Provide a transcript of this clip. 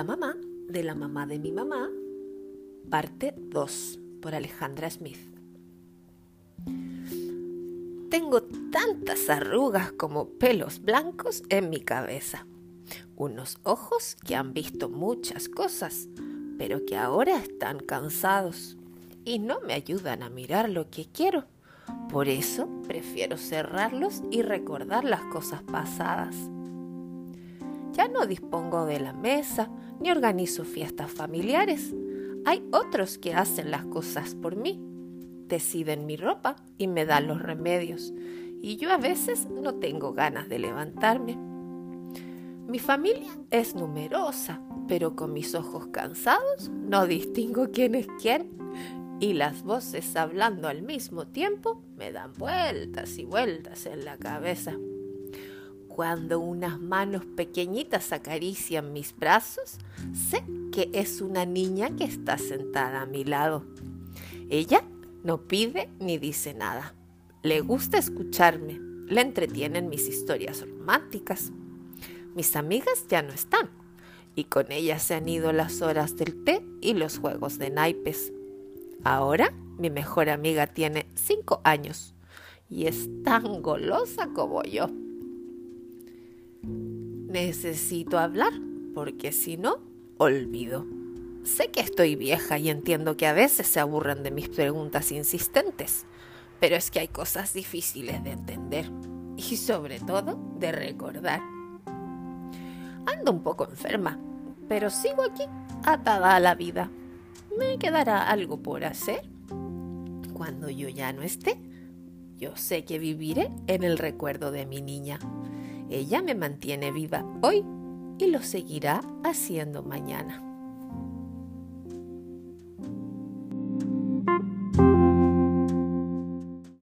La mamá de la mamá de mi mamá, parte 2, por Alejandra Smith. Tengo tantas arrugas como pelos blancos en mi cabeza, unos ojos que han visto muchas cosas, pero que ahora están cansados y no me ayudan a mirar lo que quiero. Por eso prefiero cerrarlos y recordar las cosas pasadas. Ya no dispongo de la mesa ni organizo fiestas familiares. Hay otros que hacen las cosas por mí. Deciden mi ropa y me dan los remedios. Y yo a veces no tengo ganas de levantarme. Mi familia es numerosa, pero con mis ojos cansados no distingo quién es quién. Y las voces hablando al mismo tiempo me dan vueltas y vueltas en la cabeza. Cuando unas manos pequeñitas acarician mis brazos, sé que es una niña que está sentada a mi lado. Ella no pide ni dice nada. Le gusta escucharme. Le entretienen mis historias románticas. Mis amigas ya no están, y con ellas se han ido las horas del té y los juegos de naipes. Ahora mi mejor amiga tiene 5 años y es tan golosa como yo. Necesito hablar porque si no, olvido. Sé que estoy vieja y entiendo que a veces se aburren de mis preguntas insistentes, pero es que hay cosas difíciles de entender y sobre todo de recordar. Ando un poco enferma, pero sigo aquí, atada a la vida. ¿Me quedará algo por hacer? Cuando yo ya no esté, yo sé que viviré en el recuerdo de mi niña. Ella me mantiene viva hoy y lo seguirá haciendo mañana.